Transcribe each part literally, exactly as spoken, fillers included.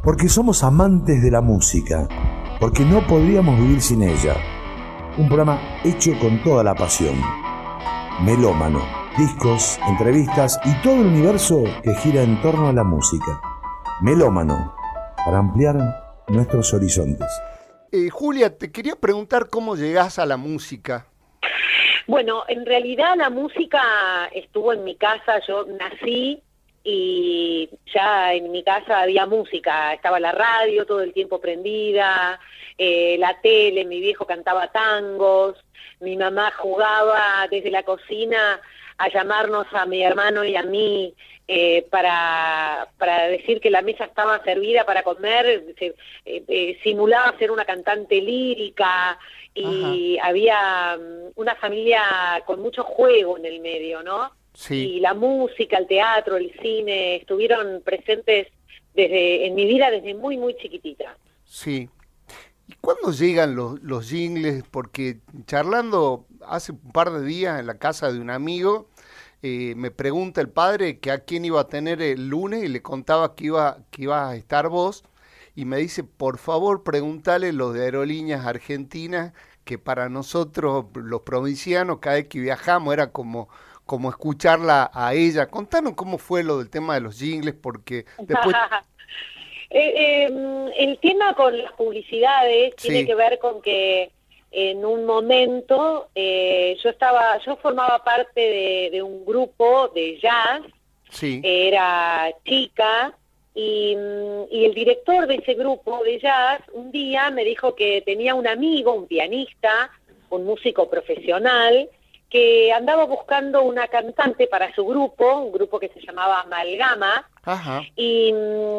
porque somos amantes de la música, porque no podríamos vivir sin ella. Un programa hecho con toda la pasión. Melómano, discos, entrevistas y todo el universo que gira en torno a la música. Melómano, para ampliar nuestros horizontes. Eh, Julia, te quería preguntar cómo llegás a la música. Bueno, en realidad la música estuvo en mi casa, yo nací y ya en mi casa había música, estaba la radio todo el tiempo prendida, eh, la tele, mi viejo cantaba tangos, mi mamá jugaba desde la cocina a llamarnos a mi hermano y a mí eh, para, para decir que la mesa estaba servida para comer, se, eh, eh, simulaba ser una cantante lírica y Ajá. había um, una familia con mucho juego en el medio, ¿no? Sí. Y la música, el teatro, el cine, estuvieron presentes desde en mi vida desde muy, muy chiquitita. Sí. ¿Y cuándo llegan los, los jingles? Porque charlando hace un par de días en la casa de un amigo, eh, me pregunta el padre que a quién iba a tener el lunes y le contaba que iba, que iba a estar vos, y me dice, por favor, preguntale lo de Aerolíneas Argentinas, que para nosotros, los provincianos, cada vez que viajamos era como... como escucharla a ella. Contanos cómo fue lo del tema de los jingles, porque después... eh, eh, el tema con las publicidades sí. tiene que ver con que en un momento eh, yo estaba, yo formaba parte de, de un grupo de jazz, sí. era chica, y, y el director de ese grupo de jazz un día me dijo que tenía un amigo, un pianista, un músico profesional, que andaba buscando una cantante para su grupo, un grupo que se llamaba Amalgama, Ajá. y,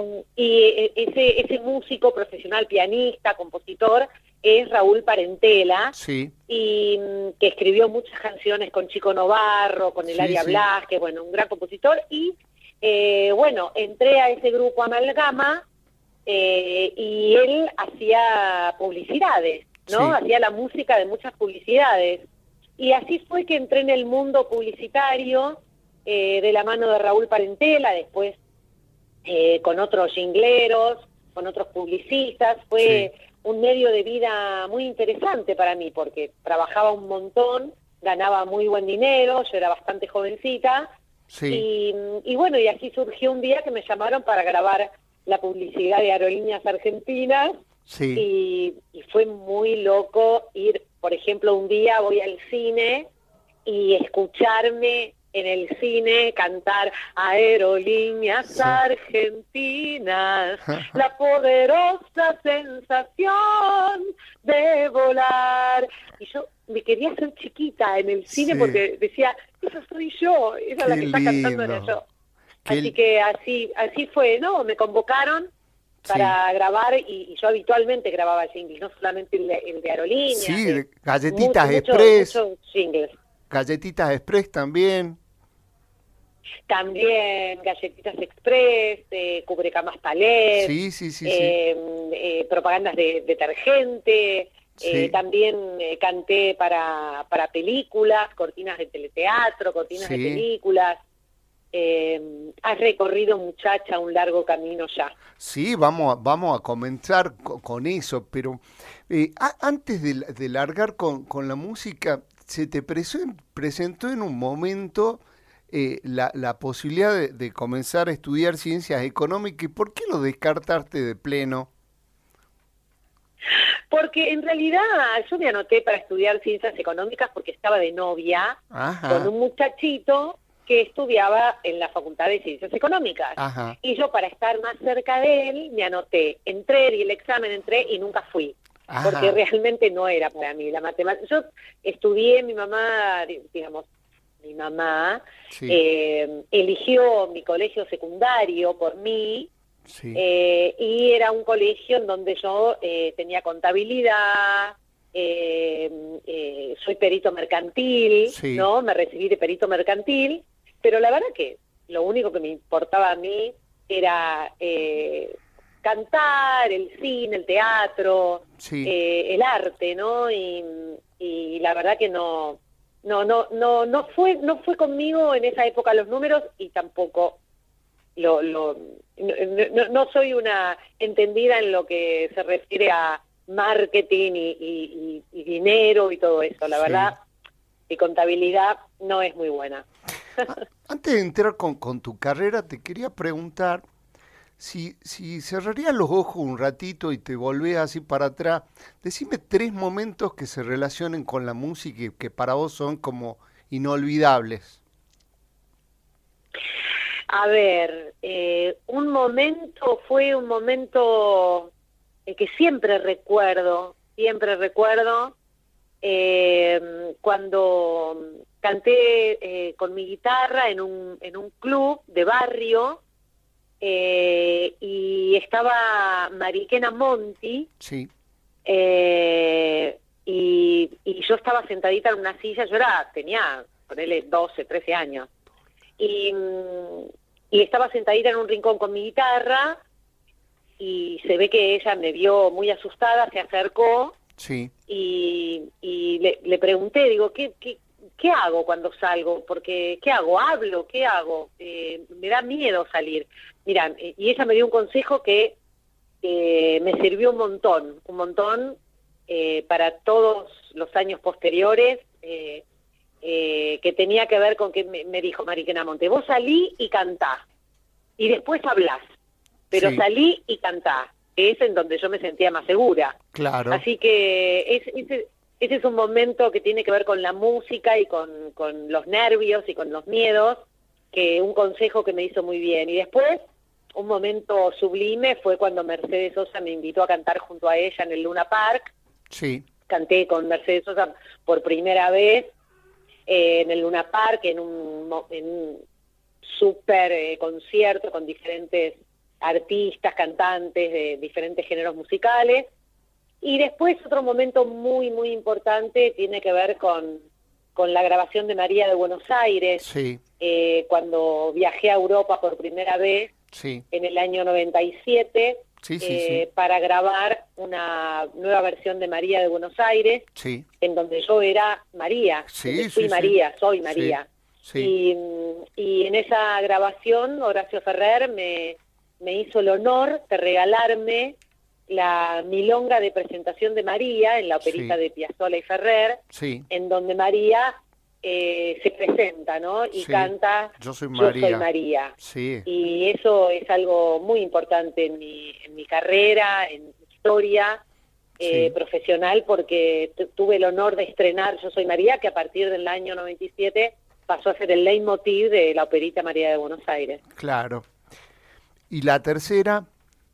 y ese, ese músico profesional, pianista, compositor, es Raúl Parentela, sí. y que escribió muchas canciones con Chico Novarro, con Eladia sí, sí. Blas, que bueno, un gran compositor, y eh, bueno, entré a ese grupo Amalgama, eh, y él hacía publicidades, ¿no? Sí. Hacía la música de muchas publicidades. Y así fue que entré en el mundo publicitario eh, de la mano de Raúl Parentela, después eh, con otros jingleros, con otros publicistas. Fue sí. un medio de vida muy interesante para mí, porque trabajaba un montón, ganaba muy buen dinero, yo era bastante jovencita. Sí. Y, y bueno, y así surgió un día que me llamaron para grabar la publicidad de Aerolíneas Argentinas. Sí. Y, y fue muy loco ir, por ejemplo, un día voy al cine y escucharme en el cine cantar Aerolíneas sí. Argentinas, la poderosa sensación de volar. Y yo me quería hacer chiquita en el cine sí. porque decía, esa soy yo, esa es la que está cantando era yo. Qué así que así, así fue, ¿no? Me convocaron para sí. grabar, y, y yo habitualmente grababa jingles, no solamente el de, el de Aerolíneas. Sí, eh, Galletitas mucho, Express. Mucho, mucho jingles. Galletitas Express también. También Galletitas Express, eh, Cubrecamas Palette, sí, sí, sí, eh, sí. eh, propagandas de detergente, sí. eh, también eh, canté para, para películas, cortinas de teleteatro, cortinas sí. de películas. Eh, has recorrido, muchacha, un largo camino ya. Sí, vamos a, vamos a comenzar con, con eso, pero eh, a, antes de, de largar con, con la música, ¿se te presen, presentó en un momento eh, la, la posibilidad de, de comenzar a estudiar ciencias económicas? ¿Y por qué lo descartaste de pleno? Porque en realidad yo me anoté para estudiar ciencias económicas porque estaba de novia Ajá. con un muchachito que estudiaba en la Facultad de Ciencias Económicas. Ajá. Y yo, para estar más cerca de él, me anoté. Entré, di el examen, entré y nunca fui. Ajá. Porque realmente no era para mí la matemática. Yo estudié, mi mamá, digamos, mi mamá sí. eh, eligió mi colegio secundario por mí, sí. eh, y era un colegio en donde yo eh, tenía contabilidad, eh, eh, soy perito mercantil, sí. ¿no? Me recibí de perito mercantil, pero la verdad que lo único que me importaba a mí era eh, cantar, el cine, el teatro, sí. eh, el arte, ¿no? Y, y la verdad que no, no, no, no, no fue, no fue conmigo en esa época los números, y tampoco lo, lo no, no, no soy una entendida en lo que se refiere a marketing y, y, y, y dinero y todo eso. La sí. verdad, mi contabilidad no es muy buena. Antes de entrar con, con tu carrera, te quería preguntar si, si cerrarías los ojos un ratito y te volvés así para atrás, decime tres momentos que se relacionen con la música y que para vos son como inolvidables. A ver, eh, un momento fue un momento eh, que siempre recuerdo, siempre recuerdo, eh, cuando canté eh, con mi guitarra en un, en un club de barrio, eh, y estaba Mariquena Monti, sí. eh, y, y yo estaba sentadita en una silla, yo era, tenía, ponele doce, trece años, y, y estaba sentadita en un rincón con mi guitarra, y se ve que ella me vio muy asustada, se acercó, sí. y, y le, le pregunté, digo, ¿qué, qué, ¿qué hago cuando salgo? Porque, ¿qué hago? ¿Hablo? ¿Qué hago? Eh, me da miedo salir. Mirá, y ella me dio un consejo que eh, me sirvió un montón, un montón eh, para todos los años posteriores, eh, eh, que tenía que ver con que me, me dijo Mariquena Monti, vos salí y cantá, y después hablás, pero sí. salí y cantá, que es en donde yo me sentía más segura. Claro. Así que es, ese, ese es un momento que tiene que ver con la música y con, con los nervios y con los miedos, que un consejo que me hizo muy bien. Y después, un momento sublime fue cuando Mercedes Sosa me invitó a cantar junto a ella en el Luna Park. Sí. Canté con Mercedes Sosa por primera vez eh, en el Luna Park, en un, en un súper eh, concierto con diferentes artistas, cantantes de diferentes géneros musicales. Y después otro momento muy, muy importante tiene que ver con, con la grabación de María de Buenos Aires, sí. eh, cuando viajé a Europa por primera vez, sí. en el año noventa y siete, sí, sí, eh, sí. para grabar una nueva versión de María de Buenos Aires, sí. en donde yo era María, sí, fui sí, María, sí. soy María. Sí, Y, sí. y en esa grabación Horacio Ferrer me, me hizo el honor de regalarme la milonga de presentación de María en la operita sí. de Piazzolla y Ferrer, sí. en donde María eh, se presenta, ¿no? Y sí. canta Yo soy María. Yo soy María. Sí. Y eso es algo muy importante en mi, en mi carrera, en mi historia eh, sí. profesional, porque tuve el honor de estrenar Yo soy María, que a partir del año noventa y siete pasó a ser el leitmotiv de la operita María de Buenos Aires. Claro. ¿Y la tercera?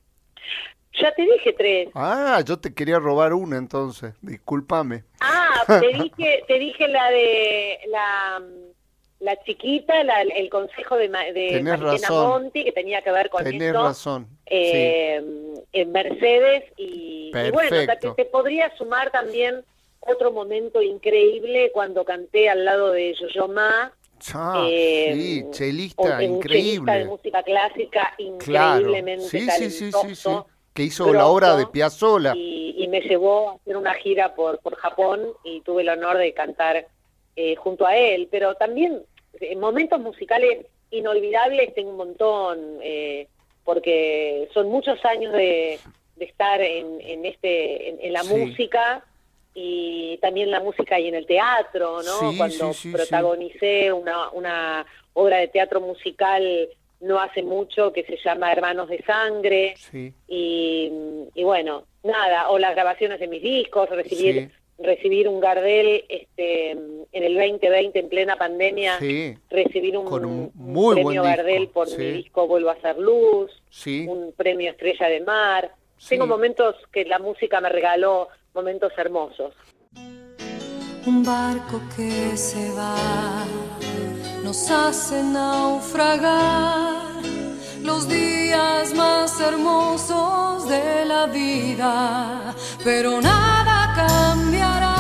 Ya te dije tres. Ah, yo te quería robar una entonces, discúlpame. Ah, te dije, te dije la de la, la chiquita, la, el consejo de, de Mariquena Monti, que tenía que ver con Tenés eso. Tenés razón. Eh, sí. En Mercedes y, y bueno, te, te podría sumar también otro momento increíble cuando canté al lado de Yo-Yo Ma. Ah, eh, sí, chelista, en increíble. Chelista de música clásica, increíblemente claro. sí, talentoso. Sí, sí, sí, sí. Que hizo la obra de Piazzolla. Y, y me llevó a hacer una gira por, por Japón y tuve el honor de cantar eh, junto a él. Pero también eh, momentos musicales inolvidables tengo un montón, eh, porque son muchos años de, de estar en, en, este, en, en la sí. música, y también la música y en el teatro, ¿no? Sí, Cuando sí, sí, protagonicé sí. Una, una obra de teatro musical no hace mucho, que se llama Hermanos de Sangre, sí. y, y bueno, nada, o las grabaciones de mis discos, recibir sí. recibir un Gardel este, en el veinte veinte, en plena pandemia, sí. recibir un, Con un, muy un premio Gardel por sí. mi disco Vuelvo a Hacer Luz, sí. un premio Estrella de Mar. Sí. Tengo momentos que la música me regaló, momentos hermosos. Un barco que se va nos hace naufragar los días más hermosos de la vida, pero nada cambiará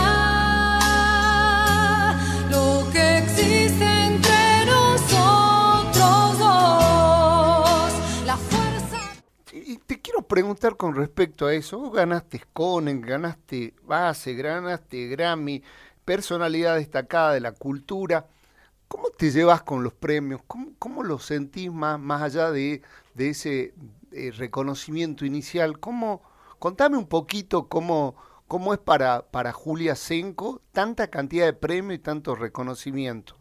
lo que existe entre nosotros dos, la fuerza. Y te quiero preguntar con respecto a eso. Vos ganaste Skonen, ganaste Base, ganaste Grammy, personalidad destacada de la cultura. ¿Cómo te llevas con los premios? ¿Cómo, cómo los sentís más, más allá de, de ese eh, reconocimiento inicial? ¿Cómo, contame un poquito cómo, cómo es para, para Julia Senko tanta cantidad de premios y tanto reconocimiento.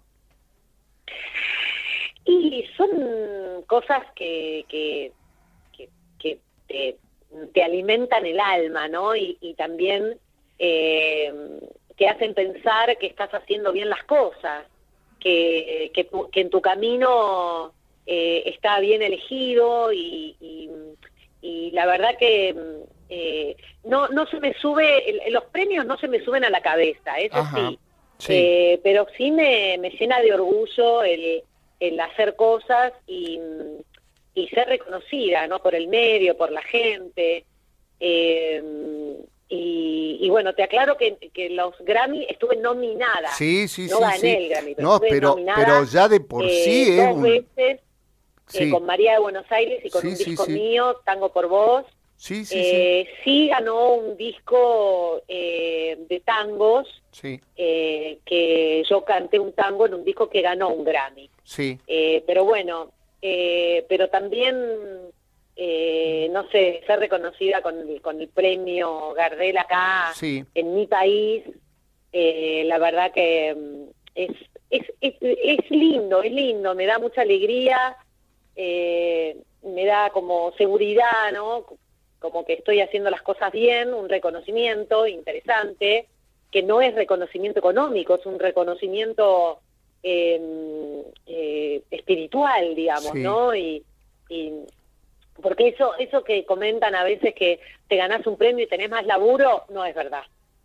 Y son cosas que, que, que, que te, te alimentan el alma, ¿no? Y, y también eh, te hacen pensar que estás haciendo bien las cosas, que, que, tu, que en tu camino eh, está bien elegido y, y, y la verdad que eh, no, no se me sube, los premios no se me suben a la cabeza, eso Ajá, sí, sí. Eh, pero sí me, me llena de orgullo el... el hacer cosas y, y ser reconocida, ¿no? Por el medio, por la gente. Eh, y, y bueno, te aclaro que, que los Grammy estuve nominada. Sí, sí, no sí. gané sí. el Grammy, pero no, estuve pero, nominada. pero ya de por eh, sí es dos un... veces Sí. eh, con María de Buenos Aires y con Sí, un sí, disco sí. mío, Tango por Vos. Sí, sí, eh, sí. sí ganó un disco eh, de tangos, sí. eh, que yo canté un tango en un disco que ganó un Grammy. Sí. Eh, pero bueno, eh, pero también, eh, no sé, ser reconocida con el, con el premio Gardel acá Sí. en mi país, eh, la verdad que es, es, es, es lindo, es lindo, me da mucha alegría, eh, me da como seguridad, ¿no? Como que estoy haciendo las cosas bien, un reconocimiento interesante, que no es reconocimiento económico, es un reconocimiento eh, eh, espiritual, digamos, Sí. ¿no? Y, y porque eso, eso que comentan a veces que te ganás un premio y tenés más laburo, no es verdad.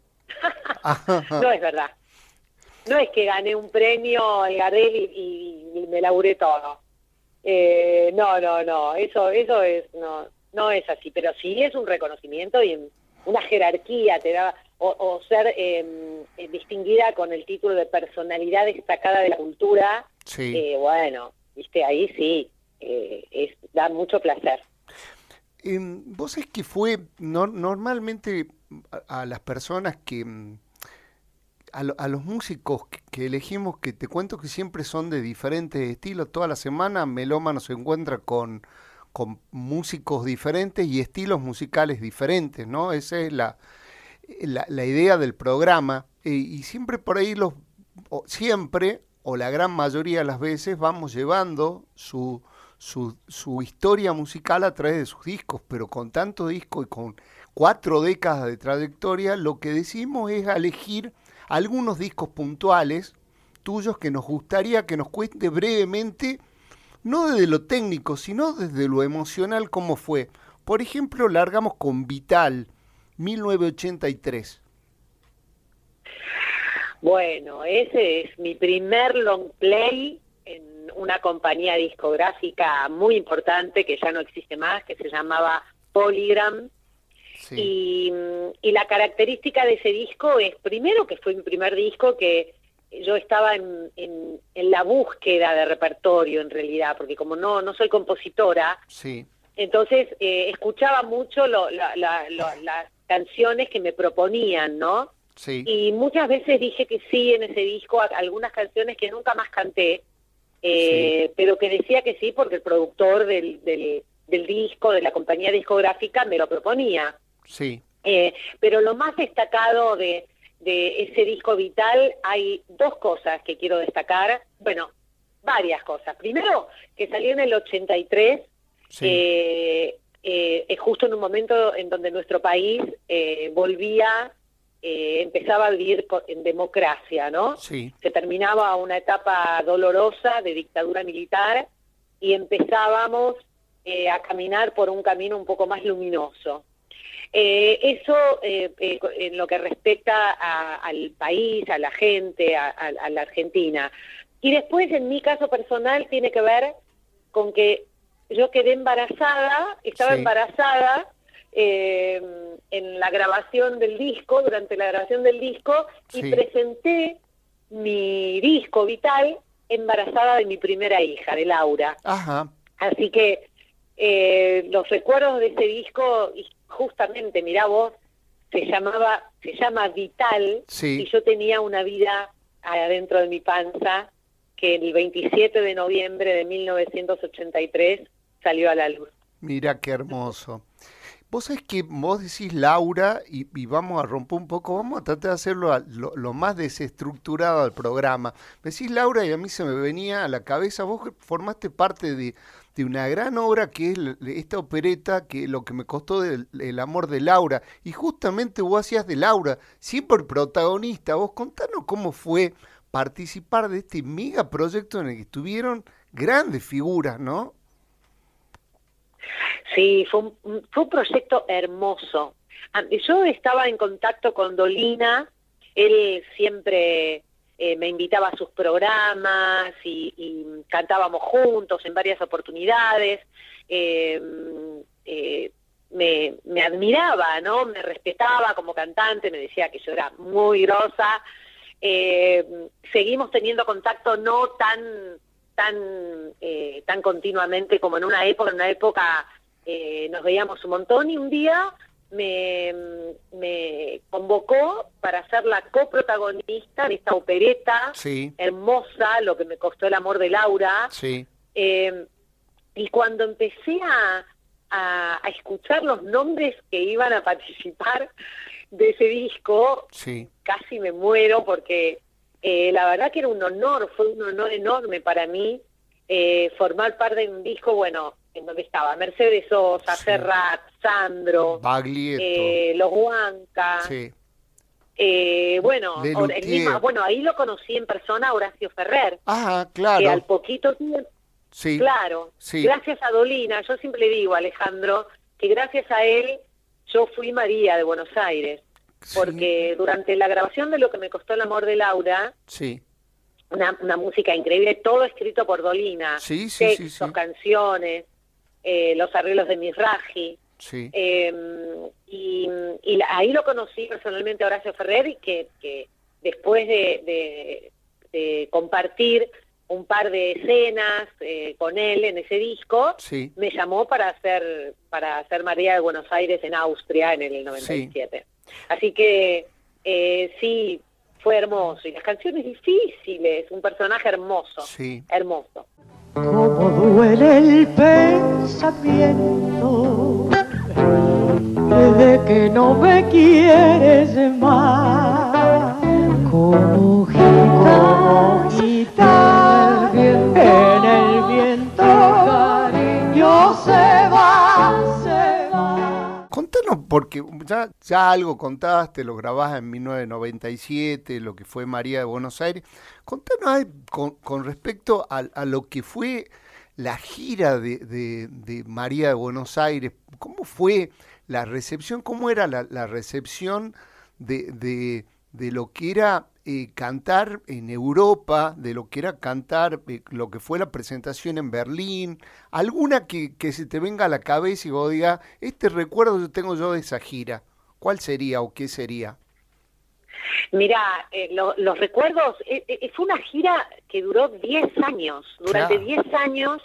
No es verdad. No es que gané un premio el Gardel y, y, y me laburé todo. Eh, no, no, no, eso, eso es, no, no es así, pero sí es un reconocimiento y una jerarquía te da, o, o ser eh, distinguida con el título de personalidad destacada de la cultura, Sí. eh, bueno, viste, ahí sí, eh, es, da mucho placer. Eh, vos sabés que fue no, normalmente a, a las personas que, a, lo, a los músicos que, que elegimos, que te cuento que siempre son de diferentes estilos, toda la semana Melómano se encuentra con, con músicos diferentes y estilos musicales diferentes, ¿no? Esa es la, la, la idea del programa, eh, y siempre por ahí los, o siempre, o la gran mayoría de las veces, vamos llevando su... Su, su historia musical a través de sus discos, pero con tanto disco y con cuatro décadas de trayectoria, lo que decimos es elegir algunos discos puntuales tuyos que nos gustaría que nos cuente brevemente, no desde lo técnico, sino desde lo emocional, cómo fue. Por ejemplo, largamos con Vital, mil novecientos ochenta y tres. Bueno, ese es mi primer long play en una compañía discográfica muy importante que ya no existe más, que se llamaba Polygram. Sí. Y, y la característica de ese disco es, primero, que fue mi primer disco, que yo estaba en, en, en la búsqueda de repertorio, en realidad, porque como no, no soy compositora, sí. entonces eh, escuchaba mucho lo, la, la, lo, las canciones que me proponían, ¿no? Sí. Y muchas veces dije que sí en ese disco, a algunas canciones que nunca más canté, Eh, sí. pero que decía que sí porque el productor del, del, del disco, de la compañía discográfica, me lo proponía. Sí. Eh, pero lo más destacado de, de ese disco Vital, hay dos cosas que quiero destacar, bueno, varias cosas. Primero, que salió en el ochenta y tres, sí. eh, eh, justo en un momento en donde nuestro país eh, volvía... Eh, empezaba a vivir en democracia, ¿no? Sí. Se terminaba una etapa dolorosa de dictadura militar y empezábamos eh, a caminar por un camino un poco más luminoso. Eh, eso eh, eh, en lo que respecta a, al país, a la gente, a, a, a la Argentina. Y después, en mi caso personal, tiene que ver con que yo quedé embarazada, estaba sí. embarazada, Eh, en la grabación del disco, durante la grabación del disco, y sí. presenté mi disco Vital embarazada de mi primera hija, de Laura. Ajá. Así que eh, los recuerdos de ese disco, y justamente, mirá vos, se llamaba, se llama Vital, sí. y yo tenía una vida adentro de mi panza que el veintisiete de noviembre de mil novecientos ochenta y tres salió a la luz. Mira qué hermoso. Vos sabés que vos decís Laura y, y vamos a romper un poco, vamos a tratar de hacerlo a, lo, lo más desestructurado al programa. Me decís Laura y a mí se me venía a la cabeza, vos formaste parte de, de una gran obra que es esta opereta, que lo que me costó del, el amor de Laura, y justamente vos hacías de Laura, siempre protagonista. Vos contanos cómo fue participar de este mega proyecto en el que estuvieron grandes figuras, ¿no? Sí, fue un, fue un proyecto hermoso. Yo estaba en contacto con Dolina, él siempre eh, me invitaba a sus programas y, y cantábamos juntos en varias oportunidades. Eh, eh, me, me admiraba, ¿no? Me respetaba como cantante, me decía que yo era muy grosa. Eh, seguimos teniendo contacto no tan tan eh, tan continuamente como en una época, en una época eh, nos veíamos un montón, y un día me, me convocó para ser la coprotagonista de esta opereta sí. hermosa, Lo que me costó el amor de Laura. Sí. Eh, y cuando empecé a, a, a escuchar los nombres que iban a participar de ese disco, sí. casi me muero, porque Eh, la verdad que era un honor, fue un honor enorme para mí eh, formar parte de un disco, bueno, en donde estaba Mercedes Sosa, sí. Serrat, Sandro, Baglietto, eh, Los Huanca, sí. eh, bueno, el mismo, bueno, ahí lo conocí en persona a Horacio Ferrer. Ah, claro. Que al poquito tiempo, sí. claro, sí. gracias a Dolina, yo siempre digo, Alejandro, que gracias a él yo fui María de Buenos Aires. Porque sí. durante la grabación de Lo que me costó el amor de Laura, sí. una, una música increíble, todo escrito por Dolina, sí, sí, textos, sí, sí. canciones, eh, los arreglos de Mizrahi, sí. eh, y, y la, ahí lo conocí personalmente a Horacio Ferrer, y que, que después de, de, de compartir un par de escenas eh, con él en ese disco, sí. me llamó para hacer, para hacer María de Buenos Aires en Austria en el noventa y siete. Sí. Así que eh, sí, fue hermoso. Y las canciones difíciles, un personaje hermoso, sí. hermoso. Cómo duele el pensamiento de que no me quieres más. Como gitana en el viento, cariño se va, se va. Contanos, porque ya, ya algo contaste, lo grabás en mil novecientos noventa y siete, lo que fue María de Buenos Aires. Contanos con, con respecto a, a lo que fue la gira de, de, de María de Buenos Aires. ¿Cómo fue la recepción? ¿Cómo era la, la recepción de, de, de lo que era eh, cantar en Europa, de lo que era cantar, eh, lo que fue la presentación en Berlín? ¿Alguna que, que se te venga a la cabeza y vos digas, este recuerdo yo tengo yo de esa gira? ¿Cuál sería o qué sería? Mira, eh, lo, los recuerdos, eh, eh, fue una gira que duró diez años. Durante claro. diez años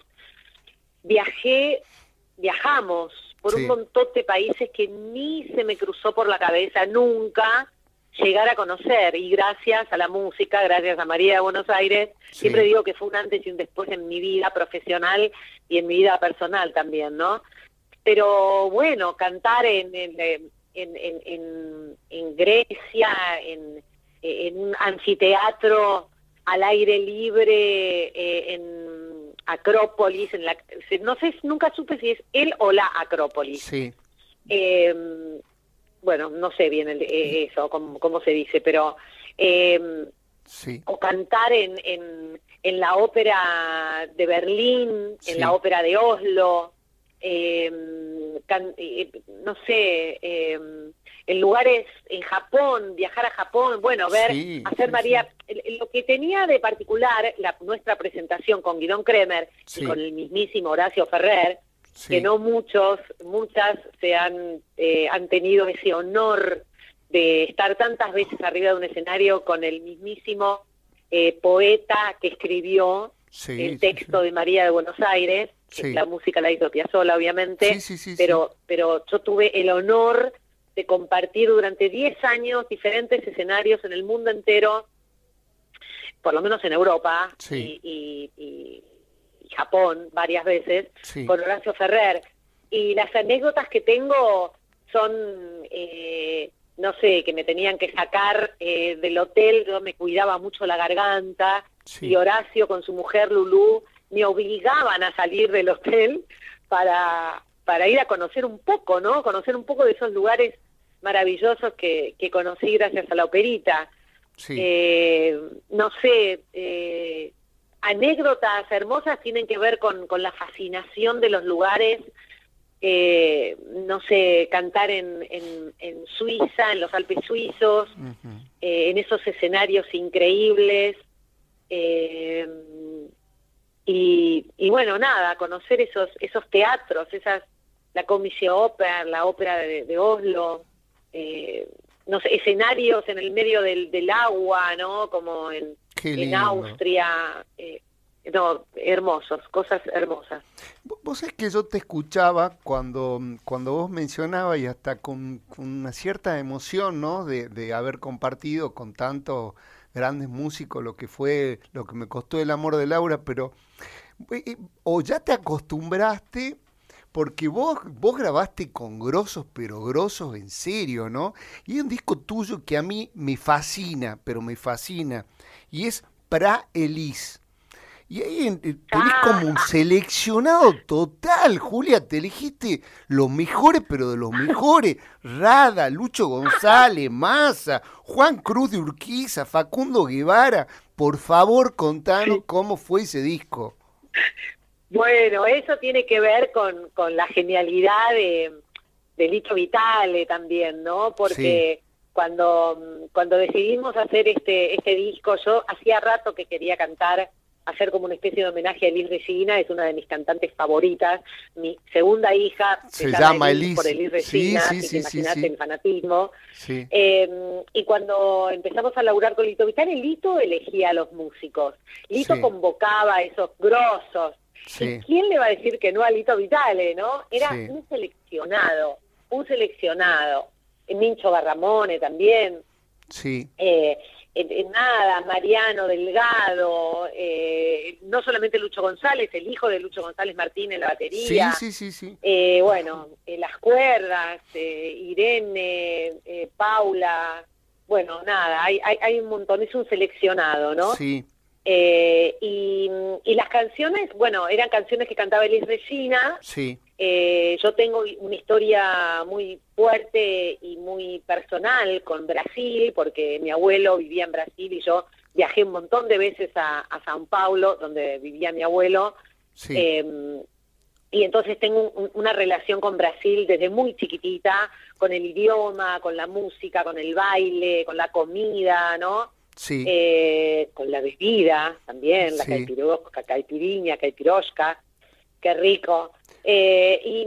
viajé, viajamos por sí. un montón de países que ni se me cruzó por la cabeza nunca llegar a conocer. Y gracias a la música, gracias a María de Buenos Aires, sí. siempre digo que fue un antes y un después en mi vida profesional y en mi vida personal también, ¿no? Pero bueno, cantar en... en En, en, en, en Grecia, en, en un anfiteatro al aire libre, eh, en Acrópolis, en la, no sé, nunca supe si es él o la Acrópolis. Sí. Eh, bueno, no sé bien el, eh, eso, cómo, cómo se dice, pero... Eh, sí. O cantar en, en, en la ópera de Berlín, sí. en la ópera de Oslo... Eh, can, eh, no sé, eh, en lugares en Japón, viajar a Japón, bueno, ver, sí, hacer sí, María, sí. Lo que tenía de particular la, nuestra presentación con Guidón Kremer sí. y con el mismísimo Horacio Ferrer, sí. que no muchos, muchas se han, eh, han tenido ese honor de estar tantas veces arriba de un escenario con el mismísimo eh, poeta que escribió sí, el texto sí, sí. de María de Buenos Aires, que sí. la música la hizo Piazzolla, obviamente, sí, sí, sí, pero, sí. pero yo tuve el honor de compartir durante diez años diferentes escenarios en el mundo entero, por lo menos en Europa, sí. y, y, y, y Japón varias veces, sí. con Horacio Ferrer. Y las anécdotas que tengo son, eh, no sé, que me tenían que sacar eh, del hotel, yo me cuidaba mucho la garganta, sí. y Horacio con su mujer Lulú me obligaban a salir del hotel para, para ir a conocer un poco, ¿no? Conocer un poco de esos lugares maravillosos que, que conocí gracias a la operita. Sí. Eh, no sé, eh, anécdotas hermosas tienen que ver con, con la fascinación de los lugares. Eh, no sé, cantar en, en, en Suiza, en los Alpes suizos, uh-huh. eh, en esos escenarios increíbles, eh, y, y bueno, nada, conocer esos esos teatros, esas la Comisio Oper, la ópera de, de Oslo, eh, no sé, escenarios en el medio del, del agua, ¿no? Como en, en Austria, eh, no, hermosos, cosas hermosas. Vos sabés que yo te escuchaba cuando, cuando vos mencionabas, y hasta con, con una cierta emoción, ¿no? De, de haber compartido con tantos grandes músicos lo que fue, lo que me costó El amor de Laura, pero o ya te acostumbraste, porque vos, vos grabaste con grosos, pero grosos en serio, ¿no? Y hay un disco tuyo que a mí me fascina, pero me fascina, y es Pra Elis. Y ahí tenés como un seleccionado total, Julia, te elegiste los mejores, pero de los mejores. Rada, Lucho González, Massa, Juan Cruz de Urquiza, Facundo Guevara. Por favor, contanos sí. cómo fue ese disco. Bueno, eso tiene que ver con, con la genialidad de, de Lito Vitale también, ¿no? Porque sí. cuando, cuando decidimos hacer este, este disco, yo hacía rato que quería cantar, hacer como una especie de homenaje a Elis Regina, es una de mis cantantes favoritas, mi segunda hija se, se llama Elis, Elis por Elis Regina, sí, sí, sí, sí, imagínate sí, sí. el fanatismo. Sí. Eh, y cuando empezamos a laburar con Lito Vitale, Lito elegía a los músicos, Lito sí. convocaba a esos grosos. Sí. ¿Y quién le va a decir que no a Lito Vitale, no? Era sí. un seleccionado, un seleccionado. Mincho Garramone también. Sí. Eh, En nada, Mariano Delgado, eh, no solamente Lucho González, el hijo de Lucho González Martínez, la batería. Sí, sí, sí, sí. Eh, bueno, eh, las cuerdas, eh, Irene, eh, Paula, bueno, nada, hay, hay, hay un montón, es un seleccionado, ¿no? Sí. Eh, y, y las canciones, bueno, eran canciones que cantaba Elis Regina. Sí. Eh, yo tengo una historia muy fuerte y muy personal con Brasil, porque mi abuelo vivía en Brasil y yo viajé un montón de veces a, a São Paulo, donde vivía mi abuelo. Sí. Eh, y entonces tengo un, una relación con Brasil desde muy chiquitita, con el idioma, con la música, con el baile, con la comida, ¿no? Sí. Eh, con la bebida también, la sí. caipirosca, caipiriña, caipirosca, qué rico. Eh, y,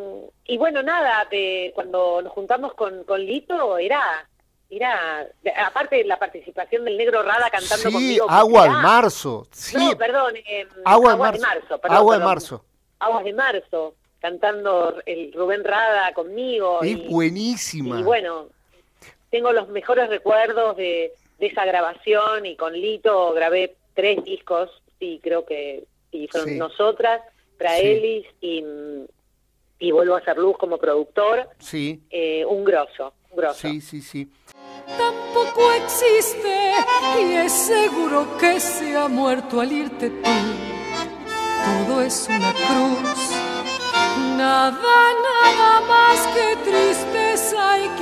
y bueno, nada, de, cuando nos juntamos con, con Lito, era, era de, aparte de la participación del Negro Rada cantando sí, conmigo. Agua de Marzo. Sí. No, perdón, eh, Agua de Aguas Marzo. de Marzo. Perdón, Agua de perdón. Marzo. Aguas de Marzo, cantando el Rubén Rada conmigo. Es y, buenísima. Y bueno, tengo los mejores recuerdos de, de esa grabación, y con Lito grabé tres discos, sí, creo que sí, fueron sí. Nosotras, Pra sí. Elis y, y Vuelvo a hacer luz como productor. Sí. Eh, un grosso, un grosso. Sí, sí, sí. Tampoco existe y es seguro que se ha muerto al irte tú. Todo es una cruz, nada, nada más que tristeza y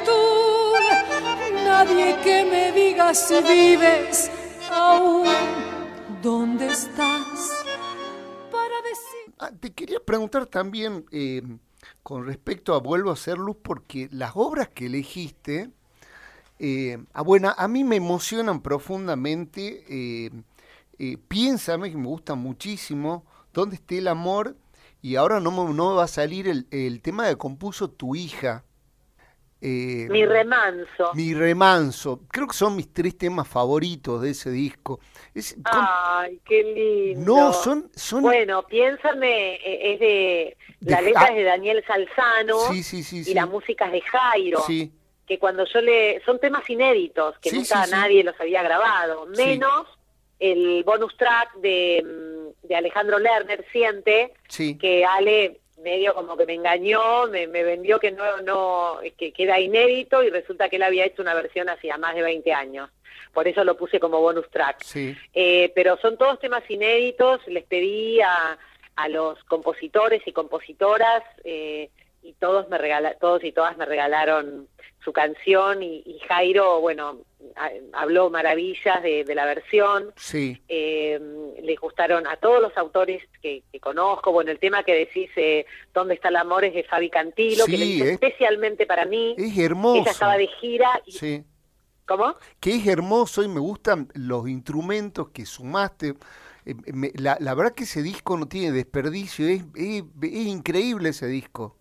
quietud. Nadie que me diga si vives aún, ¿dónde estás? Para decir... Ah, te quería preguntar también eh, con respecto a Vuelvo a hacer luz, porque las obras que elegiste, eh, ah, bueno, a mí me emocionan profundamente. Eh, eh, Piénsame, que me gusta muchísimo, Dónde esté el amor, y ahora no, no va a salir el, el tema que compuso tu hija. Eh, Mi remanso. Mi remanso. Creo que son mis tres temas favoritos de ese disco. Es, con... Ay, qué lindo. No, son... son... Bueno, Piénsame eh, es de... de la letra ja... es de Daniel Salzano, sí, sí, sí, y sí. la música es de Jairo. Sí. Que cuando yo le... Son temas inéditos, que sí, nunca sí, sí. nadie los había grabado. Menos... Sí. el bonus track de, de Alejandro Lerner, Siente, sí. que Ale medio como que me engañó, me, me vendió que no, no, que, que era inédito, y resulta que él había hecho una versión hacía más de veinte años. Por eso lo puse como bonus track. Sí. Eh, pero son todos temas inéditos. Les pedí a, a los compositores y compositoras, eh, y todos me regala, todos y todas me regalaron su canción, y, y Jairo, bueno, a, habló maravillas de, de la versión. Sí. Eh, les gustaron a todos los autores que, que conozco. Bueno, el tema que decís, eh, ¿Dónde está el amor?, es de Fabi Cantilo, Sí, que le hizo es, especialmente para mí. Es hermoso. Ella estaba de gira. Y, sí. ¿Cómo? Que es hermoso, y me gustan los instrumentos que sumaste. Eh, me, la, la verdad que ese disco no tiene desperdicio, es, es, es increíble ese disco.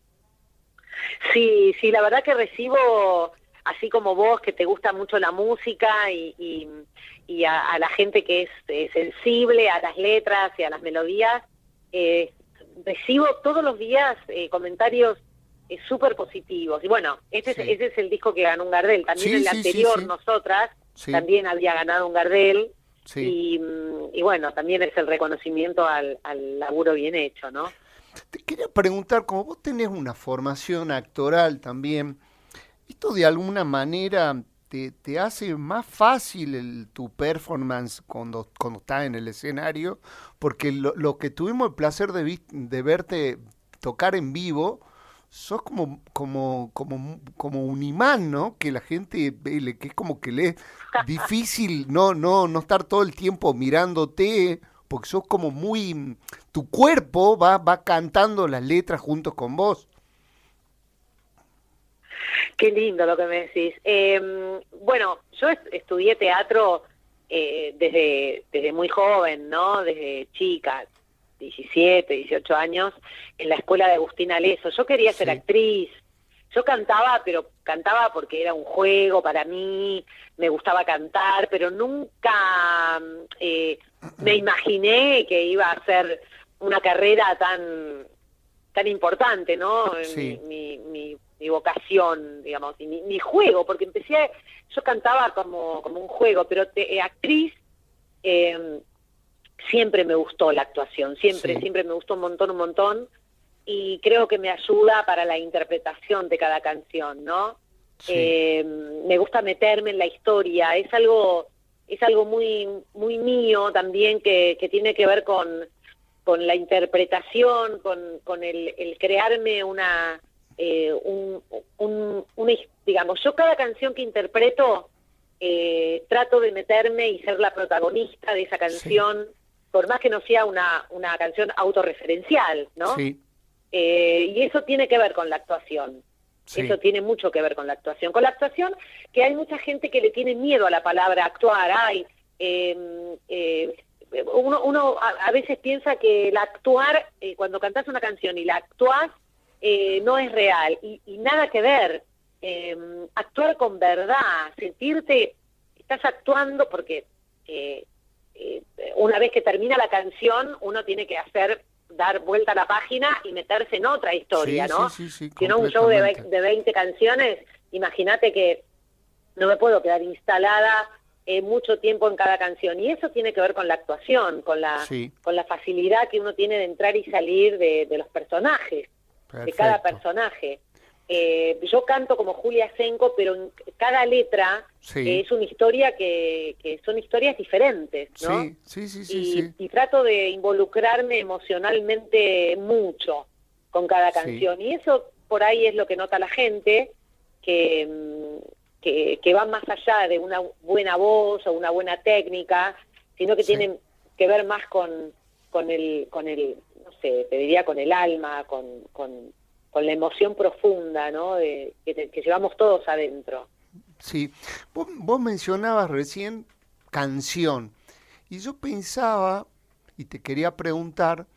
Sí, sí, la verdad que recibo, así como vos, que te gusta mucho la música, y, y, y a, a la gente que es eh, sensible a las letras y a las melodías, eh, recibo todos los días eh, comentarios eh, súper positivos. Y bueno, este sí. es, ese es el disco que ganó un Gardel. También Sí, el sí, anterior, sí, sí. Nosotras, Sí. también había ganado un Gardel. Sí. Y, y bueno, también es el reconocimiento al, al laburo bien hecho, ¿no? Te quería preguntar, como vos tenés una formación actoral también, ¿esto de alguna manera te, te hace más fácil el, tu performance cuando, cuando estás en el escenario? Porque lo, lo que tuvimos el placer de, vi, de verte tocar en vivo, sos como, como, como, como un imán, ¿no? Que la gente, que es como que le es difícil no, no, no estar todo el tiempo mirándote, porque sos como muy, tu cuerpo va, va cantando las letras juntos con vos. Qué lindo lo que me decís. Eh, bueno, yo est- estudié teatro eh, desde, desde muy joven, ¿no? Desde chica, diecisiete, dieciocho años, en la escuela de Agustín Aleso. Yo quería ser Sí. actriz. Yo cantaba, pero cantaba porque era un juego para mí, me gustaba cantar, pero nunca eh, me imaginé que iba a ser una carrera tan tan importante, ¿no? Sí. Mi, mi, mi, mi vocación, digamos, y mi, mi juego, porque empecé, a, yo cantaba como, como un juego, pero te, eh, actriz, eh, siempre me gustó la actuación, siempre, Sí. siempre me gustó un montón, un montón, y creo que me ayuda para la interpretación de cada canción, ¿no? Sí. Eh, me gusta meterme en la historia, es algo, es algo muy, muy mío también, que, que tiene que ver con, con la interpretación, con, con el, el crearme una, eh, un, un, un, digamos, yo cada canción que interpreto eh, trato de meterme y ser la protagonista de esa canción, sí. Por más que no sea una, una canción autorreferencial, ¿no? Sí. Eh, y eso tiene que ver con la actuación. Sí. Eso tiene mucho que ver con la actuación. Con la actuación, que hay mucha gente que le tiene miedo a la palabra actuar. Ay, eh, eh, uno, uno a, a veces piensa que el actuar, eh, cuando cantás una canción y la actuás, eh, no es real. Y, y nada que ver. Eh, actuar con verdad, sentirte, estás actuando porque eh, eh, una vez que termina la canción, uno tiene que hacer... dar vuelta a la página y meterse en otra historia, sí, ¿no? Sí, sí, sí, si no un show de, de veinte canciones, imagínate que no me puedo quedar instalada eh, mucho tiempo en cada canción. Y eso tiene que ver con la actuación, con la sí. con la facilidad que uno tiene de entrar y salir de, de los personajes, Perfecto. De cada personaje. Eh, yo canto como Julia Senko, pero en cada letra sí. eh, es una historia que, que son historias diferentes, ¿no? Sí, sí, sí, sí, y, sí. y trato de involucrarme emocionalmente mucho con cada canción. Sí. Y eso por ahí es lo que nota la gente, que, que, que va más allá de una buena voz o una buena técnica, sino que sí. Tienen que ver más con, con, el, con el, no sé, te diría con el alma, con... con con la emoción profunda, ¿no? De, que, te, que llevamos todos adentro. Sí, vos, vos mencionabas recién canción, y yo pensaba, y te quería preguntar,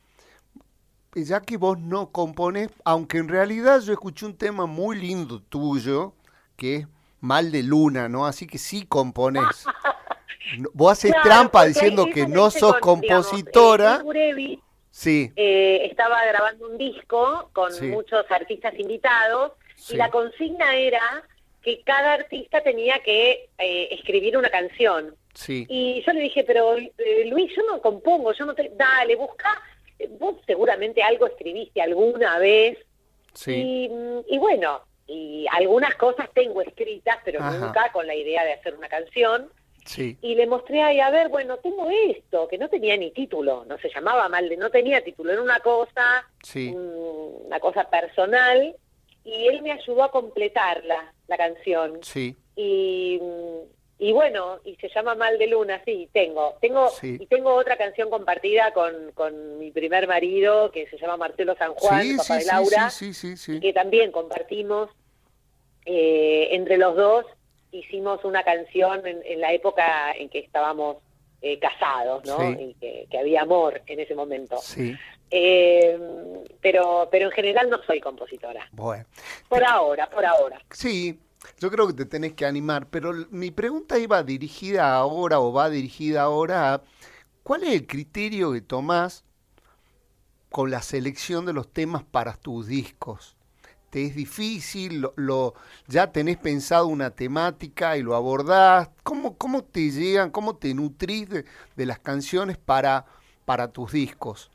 ya que vos no componés, aunque en realidad yo escuché un tema muy lindo tuyo, que es Mal de Luna, ¿no? Así que sí componés. Vos haces claro, trampa diciendo que no sos con, compositora. Digamos, eh, Sí. Eh, estaba grabando un disco con sí. muchos artistas invitados sí. Y la consigna era que cada artista tenía que eh, escribir una canción. Sí. Y yo le dije, pero eh, Luis, yo no compongo, yo no te... Dale, busca, vos seguramente algo escribiste alguna vez. Sí. Y, y bueno, y algunas cosas tengo escritas, pero Ajá. nunca con la idea de hacer una canción. Sí. Y le mostré ahí, a ver, bueno, tengo esto, que no tenía ni título, no se llamaba Malde, no tenía título, era una cosa, Sí. un, una cosa personal, y él me ayudó a completarla, la canción. Sí. Y, y bueno, y se llama Mal de Luna, sí, tengo. Tengo Sí. y tengo otra canción compartida con, con mi primer marido, que se llama Marcelo San Juan, Sí, papá sí, de sí, Laura, sí, sí, sí, sí. que también compartimos eh, entre los dos. Hicimos una canción en, en la época en que estábamos eh, casados, ¿no? Sí. Y que, que había amor en ese momento. Sí. Eh, pero, pero en general no soy compositora. Bueno. Por ahora, por ahora. Sí, yo creo que te tenés que animar, pero l- mi pregunta iba dirigida ahora o va dirigida ahora a ¿cuál es el criterio que tomás con la selección de los temas para tus discos? ¿Te es difícil? Lo, lo- ¿Ya tenés pensado una temática y lo abordás? ¿Cómo, cómo te llegan, cómo te nutrís de, de las canciones para, para tus discos?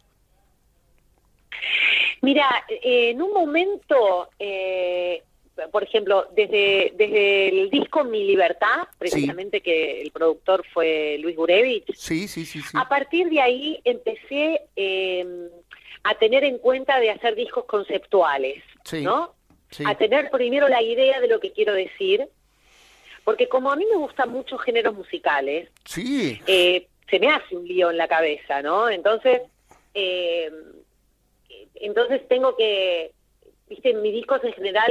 Mira, eh, en un momento, eh, por ejemplo, desde, desde el disco Mi Libertad, precisamente que el productor fue Luis Gurevich, Sí, sí, sí, sí. a partir de ahí empecé eh, a tener en cuenta de hacer discos conceptuales, Sí, ¿no? sí. A tener primero la idea de lo que quiero decir, porque como a mí me gustan muchos géneros musicales, Sí, eh, se me hace un lío en la cabeza, ¿no? Entonces, eh, entonces tengo que, viste, en mis discos en general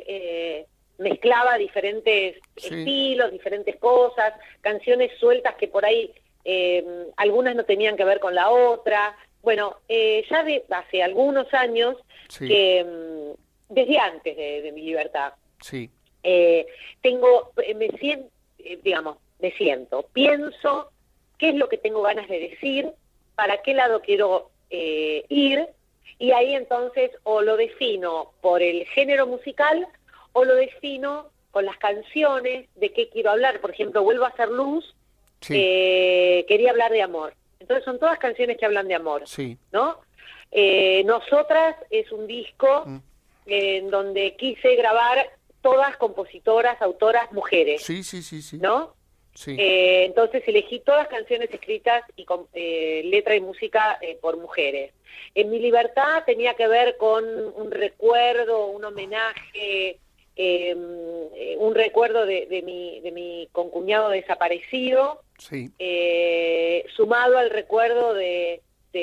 eh, mezclaba diferentes Sí. estilos, diferentes cosas, canciones sueltas que por ahí eh, algunas no tenían que ver con la otra. Bueno, eh, ya de hace algunos años, sí, que mm, desde antes de, de Mi Libertad, sí, eh, tengo, eh, me siento, eh, digamos, me siento, pienso qué es lo que tengo ganas de decir, para qué lado quiero eh, ir, y ahí entonces o lo defino por el género musical o lo defino con las canciones de qué quiero hablar. Por ejemplo, Vuelvo a Ser Luz, sí, eh, quería hablar de amor. Entonces son todas canciones que hablan de amor, sí, ¿no? Eh, Nosotras es un disco Mm. eh, en donde quise grabar todas compositoras, autoras, mujeres, sí, sí, sí, sí, ¿no? sí, Eh, entonces elegí todas canciones escritas y con eh, letra y música eh, por mujeres. En Mi Libertad tenía que ver con un recuerdo, un homenaje, eh, un recuerdo de, de, mi, de mi concuñado desaparecido, sí, eh, sumado al recuerdo de,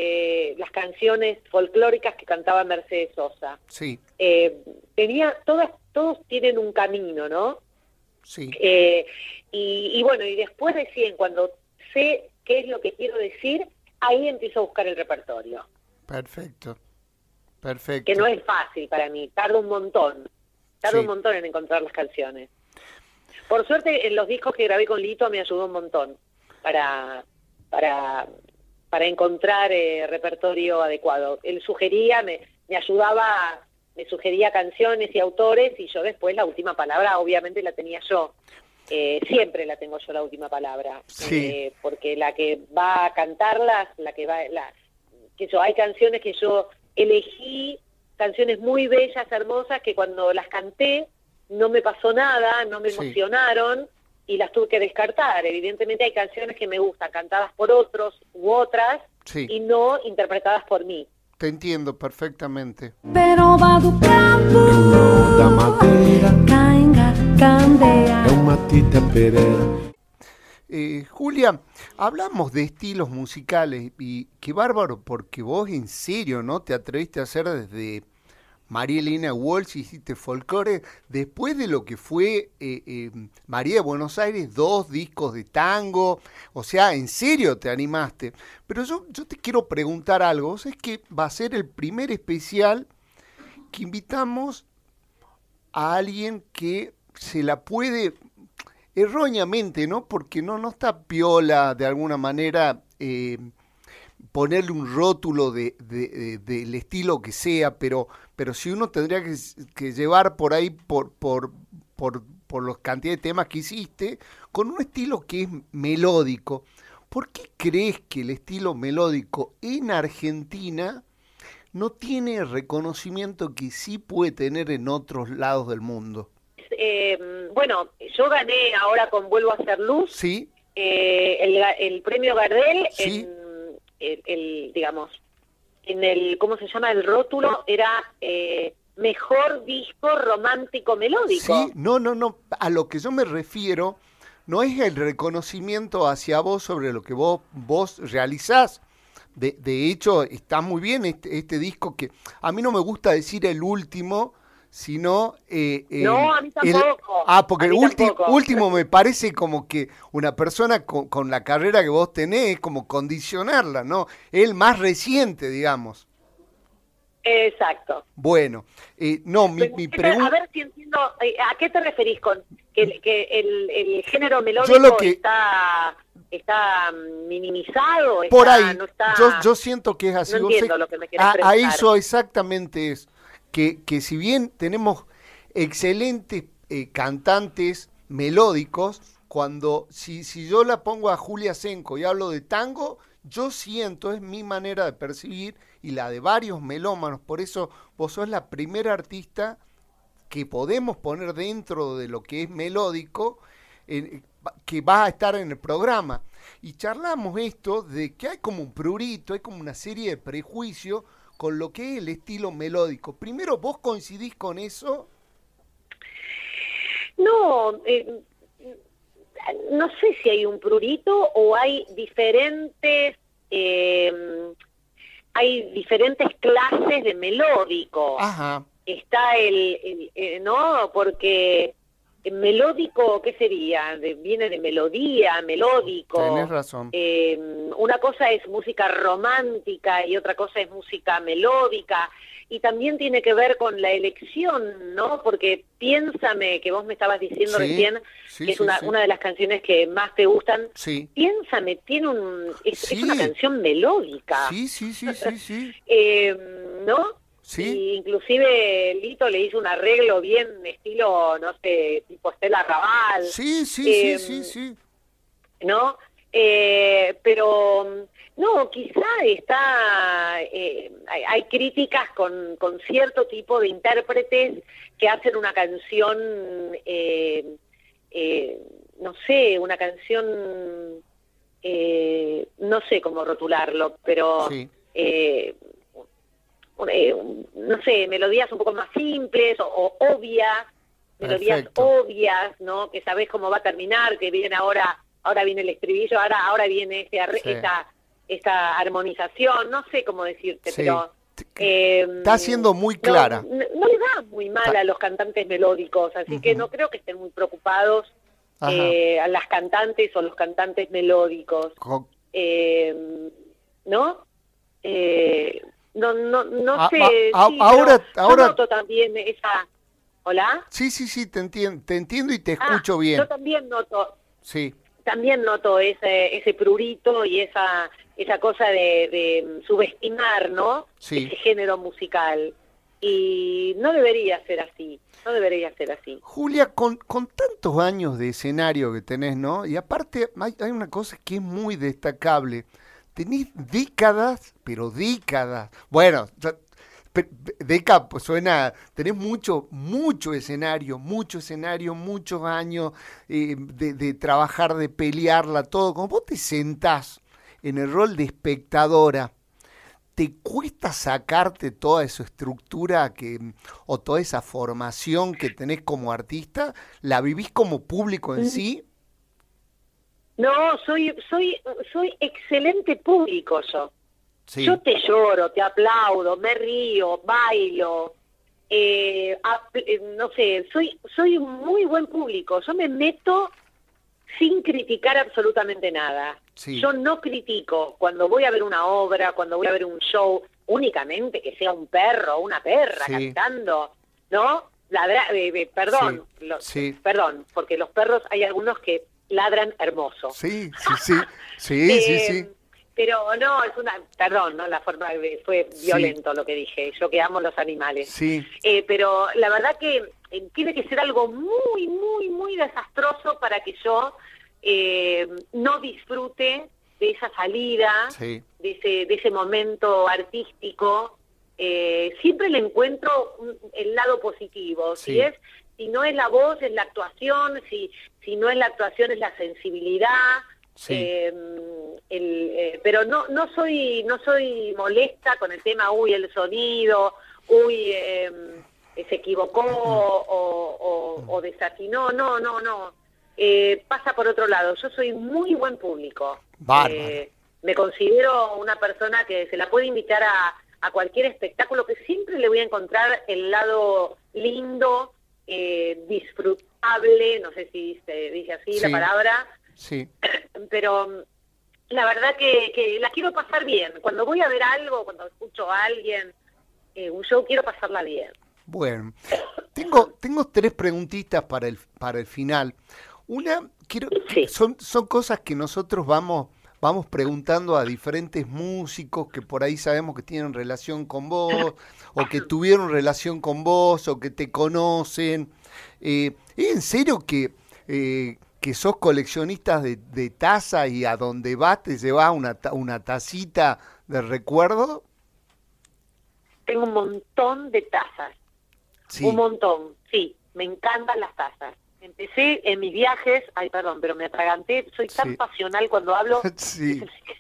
de las canciones folclóricas que cantaba Mercedes Sosa. sí, Eh, tenía, todas, todos tienen un camino, ¿no? sí, Eh, y, y bueno, y después recién, cuando sé qué es lo que quiero decir, ahí empiezo a buscar el repertorio, perfecto, perfecto. que no es fácil para mí, tarda un montón, tarda Sí. un montón en encontrar las canciones. Por suerte, en los discos que grabé con Lito me ayudó un montón para, para, para encontrar eh, repertorio adecuado. Él sugería, me, me ayudaba, me sugería canciones y autores, y yo después la última palabra obviamente la tenía yo. Eh, siempre la tengo yo la última palabra, Sí. eh, porque la que va a cantarlas, la que va, la, que yo, hay canciones que yo elegí, canciones muy bellas, hermosas, que cuando las canté no me pasó nada, no me Sí. emocionaron y las tuve que descartar. Evidentemente hay canciones que me gustan, cantadas por otros u otras, Sí, y no interpretadas por mí. te entiendo perfectamente. Però vado campo Da matera Cainga candea è un matita perera. Eh, Julia, hablamos de estilos musicales y qué bárbaro, porque vos en serio, ¿no? Te atreviste a hacer desde María Elena Walsh, hiciste folclore, después de lo que fue eh, eh, María de Buenos Aires, dos discos de tango, o sea, en serio te animaste. Pero yo, yo te quiero preguntar algo, es que va a ser el primer especial que invitamos a alguien que se la puede, erróneamente, ¿no? Porque no, no está piola de alguna manera eh, ponerle un rótulo de, de, de, del estilo que sea, pero, pero si uno tendría que, que llevar por ahí por, por, por, por la cantidad de temas que hiciste, con un estilo que es melódico. ¿Por qué crees que el estilo melódico en Argentina no tiene el reconocimiento que sí puede tener en otros lados del mundo? Eh, bueno, yo gané ahora con Vuelvo a Hacer Luz, sí, eh, el, el premio Gardel, sí. en el, el, digamos, en el, ¿cómo se llama? El rótulo era eh, mejor disco romántico melódico. Sí, no, no, no, a lo que yo me refiero no es el reconocimiento hacia vos sobre lo que vos, vos realizás. De, de hecho, está muy bien este, este disco que a mí no me gusta decir el último, sino... Eh, eh, no, a mí tampoco. El, ah, porque el ulti, tampoco. último me parece como que una persona con, con la carrera que vos tenés es como condicionarla, ¿no? El más reciente, digamos. Exacto. Bueno, eh, no, mi, mi pregunta... A ver si entiendo, ¿a qué te referís con que, que el, el género melódico yo lo que... está... está minimizado, por está, ahí, no está, yo, yo siento que es así. no entiendo sé, lo que me querés a, preguntar. a eso exactamente es, que, que si bien tenemos excelentes eh, cantantes melódicos, cuando si, si yo la pongo a Julia Senco y hablo de tango, yo siento, es mi manera de percibir y la de varios melómanos, por eso vos sos la primera artista que podemos poner dentro de lo que es melódico, eh, que va a estar en el programa. Y charlamos esto de que hay como un prurito, hay como una serie de prejuicios con lo que es el estilo melódico. Primero, ¿vos coincidís con eso? No, eh, no sé si hay un prurito o hay diferentes, eh, hay diferentes clases de melódico. Ajá. Está el, el eh, no, porque... melódico, ¿qué sería? De, viene de melodía, melódico. Tenés razón. Eh, una cosa es música romántica y otra cosa es música melódica. Y también tiene que ver con la elección, ¿no? Porque Piénsame, que vos me estabas diciendo sí, recién, sí, que es sí, una, sí. una de las canciones que más te gustan. Sí. Piénsame, tiene un, es, Sí. es una canción melódica. Sí, sí, sí, sí, sí. eh, ¿No? Sí. Y inclusive Lito le hizo un arreglo bien estilo, no sé, tipo Estela Raval. Sí, sí, eh, sí, sí, sí. ¿No? Eh, pero, no, quizá está, eh, hay, hay críticas con, con cierto tipo de intérpretes que hacen una canción, eh, eh, no sé, una canción, eh, no sé cómo rotularlo, pero... Sí. Eh, Eh, no sé, melodías un poco más simples o, o obvias, melodías Perfecto. obvias, ¿no? Que sabés cómo va a terminar, que viene ahora, ahora viene el estribillo, ahora, ahora viene este arre- Sí. esta, esta armonización, no sé cómo decirte, Sí. pero eh, Está siendo muy clara. No, no, no le va muy mal a los cantantes melódicos, así Ujú. que no creo que estén muy preocupados eh, a las cantantes o los cantantes melódicos, Co- eh, ¿no? Eh, No, no, no A- sé. a- sí, ahora- pero yo ahora- noto también esa. ¿Hola? Sí, sí, sí, te entiendo, te entiendo y te Ah, escucho bien. Yo también noto, Sí. también noto ese, ese prurito y esa, esa cosa de, de subestimar, ¿no? Sí. Ese género musical. Y no debería ser así. No debería ser así. Julia, con, con tantos años de escenario que tenés, ¿no? Y aparte hay, hay una cosa que es muy destacable. Tenés décadas, pero décadas. Bueno, ya- pe- pe- década pues suena, tenés mucho, mucho escenario, mucho escenario, muchos años eh, de, de trabajar, de pelearla, todo. Como vos te sentás en el rol de espectadora, ¿te cuesta sacarte toda esa estructura que, o toda esa formación que tenés como artista? ¿La vivís como público en sí? No, soy, soy, soy excelente público yo. Sí. Yo te lloro, te aplaudo, me río, bailo, eh, apl- eh, no sé, soy, soy un muy buen público. Yo me meto sin criticar absolutamente nada. Sí. Yo no critico cuando voy a ver una obra, cuando voy a ver un show, únicamente que sea un perro o una perra Sí. cantando, ¿no? Ladra eh, eh, perdón, Sí, lo- sí. perdón, porque los perros hay algunos que ladran hermoso. Sí, sí, sí, sí, sí, Eh, sí. Pero no, es una, perdón, ¿no? La forma de- fue Sí. violento lo que dije, yo que amo los animales. Sí, Eh, pero la verdad que eh, tiene que ser algo muy, muy, muy desastroso para que yo eh, no disfrute de esa salida, sí. de ese, de ese momento artístico. Eh, siempre le encuentro un, el lado positivo. Sí. Si es, si no es la voz, es la actuación. Si, si no es la actuación, es la sensibilidad. Sí. Eh, el, eh, pero no, no soy, no soy molesta con el tema, uy, el sonido, uy, eh, se equivocó o, o, o desafinó. No, no, no. Eh, pasa por otro lado. Yo soy muy buen público. Bárbaro. Eh, me considero una persona que se la puede invitar a, a cualquier espectáculo, que siempre le voy a encontrar el lado lindo, eh, disfrutable, no sé si se dice así Sí. la palabra, Sí. pero la verdad que, que la quiero pasar bien. Cuando voy a ver algo, cuando escucho a alguien, eh, un show, quiero pasarla bien. Bueno, tengo, tengo tres preguntitas para el, para el final. Una, quiero, Sí. son, son cosas que nosotros vamos, vamos preguntando a diferentes músicos que por ahí sabemos que tienen relación con vos, o que tuvieron relación con vos, o que te conocen. Eh, ¿Es en serio que, eh, que sos coleccionista de, de tazas y a donde vas te llevas una, ta- una tacita de recuerdo? Tengo un montón de tazas. Sí. Un montón, sí, me encantan las tazas. Empecé en mis viajes, ay, perdón, pero me atraganté, soy tan Sí. pasional cuando hablo. Sí.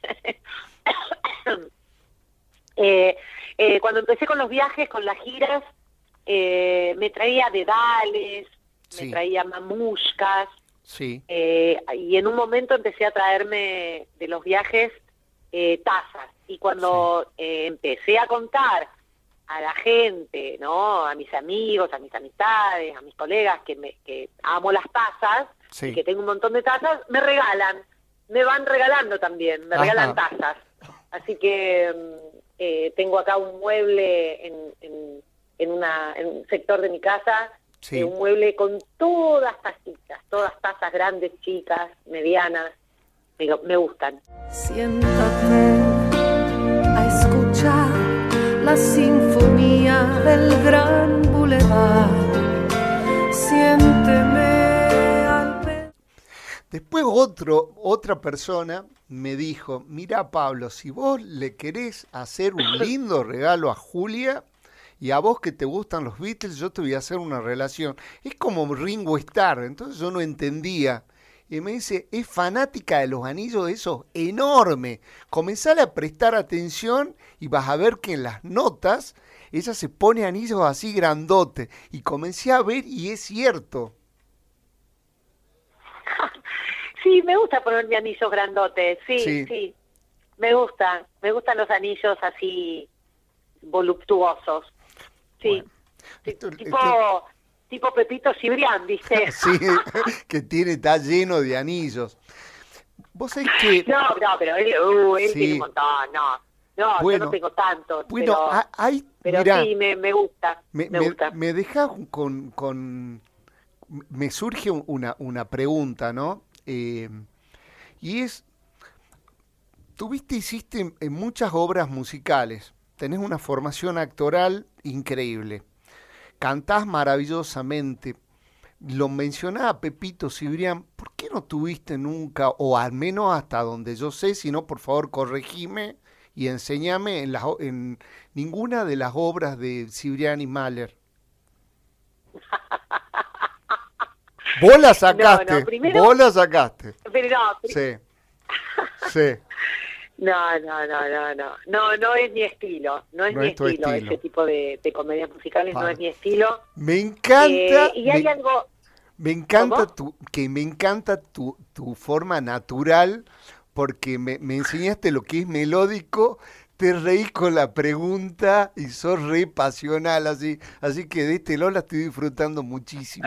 eh, eh, cuando empecé con los viajes, con las giras, eh, me traía dedales, Sí. me traía mamushkas, Sí. eh, y en un momento empecé a traerme de los viajes eh, tazas. Y cuando eh, empecé a contar a la gente, ¿no? A mis amigos, a mis amistades, a mis colegas que, me, que amo las tazas, Sí. y que tengo un montón de tazas, me regalan, me van regalando también, me Ajá. regalan tazas. Así que mm, eh, tengo acá un mueble en, en, en, una, en un sector de mi casa, Sí. eh, un mueble con todas tacitas, todas tazas grandes, chicas, medianas, me, me gustan. Siéntate a escuchar la sinfonía del gran bulevar. Siénteme al pe- Después otro, otra persona me dijo, mira Pablo, si vos le querés hacer un lindo regalo a Julia y a vos que te gustan los Beatles, yo te voy a hacer una relación. Es como Ringo Starr, entonces yo no entendía. Y me dice, es fanática de los anillos esos, enorme. Comenzale a prestar atención y vas a ver que en las notas ella se pone anillos así grandotes. Y comencé a ver y es cierto. Sí, me gusta ponerme anillos grandotes, sí, Sí. sí, me gusta, me gustan los anillos así voluptuosos, sí, Bueno, sí, esto- tipo, esto- tipo Pepito Cibrián, ¿viste? Sí, que tiene, está lleno de anillos. Vos sabés que, No, no, pero él, uh, él Sí. tiene un montón, no, no, yo Bueno, no tengo tantos, bueno, pero, ha- hay, pero mirá, sí, me, me gusta, me, me, me, gusta. me dejás con, con, me surge una, una pregunta, ¿no? Eh, y es, tuviste, hiciste en, en muchas obras musicales, tenés una formación actoral increíble, cantás maravillosamente. Lo mencionaba Pepito Cibrián, ¿por qué no tuviste nunca, o al menos hasta donde yo sé, si no, por favor, corregime y enséñame en, las, o- en ninguna de las obras de Cibrián y Mahler? Vos la sacaste, No, no, primero- vos la sacaste. Pero no, pri- Sí, sí, no, no, no, no, no, no, no es mi estilo, no es No mi es tu estilo, estilo. ese tipo de, de comedias musicales Vale. no es mi estilo. me encanta, Eh, y hay me, algo, me encanta ¿Cómo? tu, que me encanta tu, tu forma natural, porque me, me enseñaste lo que es melódico, te reís con la pregunta y sos re pasional, así, así que de este lado la estoy disfrutando muchísimo.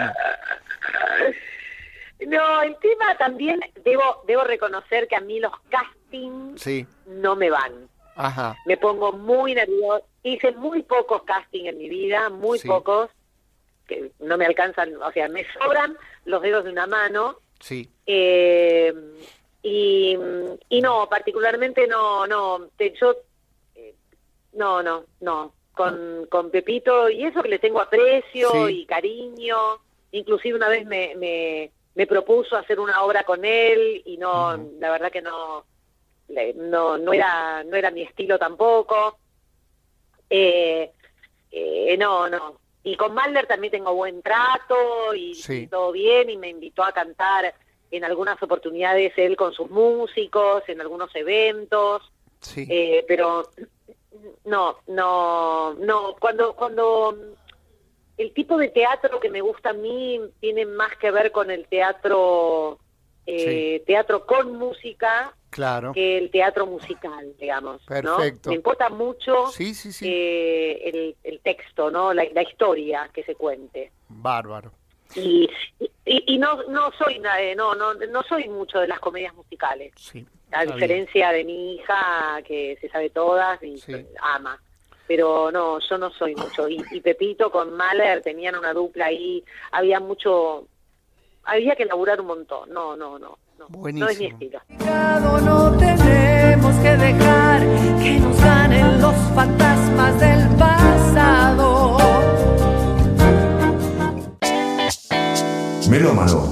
no, el tema también, debo, debo reconocer que a mí los castings Sí, no me van. ajá, Me pongo muy nerviosa. Hice muy pocos castings en mi vida, muy Sí. pocos, que no me alcanzan, o sea, me sobran los dedos de una mano. sí, Eh, y, y no, particularmente no, no, te- yo, eh, no, no, no, con, con Pepito, y eso que le tengo aprecio Sí. y cariño. Inclusive una vez me, me, me propuso hacer una obra con él y no, Ujú. la verdad que no, le- no, no era, no era mi estilo tampoco. Eh, eh, no, no. Y con Mahler también tengo buen trato y, Sí. y todo bien, y me invitó a cantar en algunas oportunidades él con sus músicos, en algunos eventos. Sí. Eh, pero no, no, no, cuando, cuando el tipo de teatro que me gusta a mí tiene más que ver con el teatro, eh, teatro con música Claro. que el teatro musical, digamos, Perfecto. ¿no? Me importa mucho Sí, sí, sí. eh, el, el texto, ¿no? La, la historia que se cuente. Bárbaro. Y, y, y no, no soy, na- eh, no, no, no soy mucho de las comedias musicales. Sí. A está diferencia de mi hija, que se sabe todas y Sí. ama. Pero no, yo no soy mucho. Y, y Pepito con Mahler tenían una dupla ahí, había mucho, había que laburar un montón. No, no, no, no, no es mi Buenísimo. estilo. No tenemos que dejar que nos ganen los fantasmas del pasado. Melómano.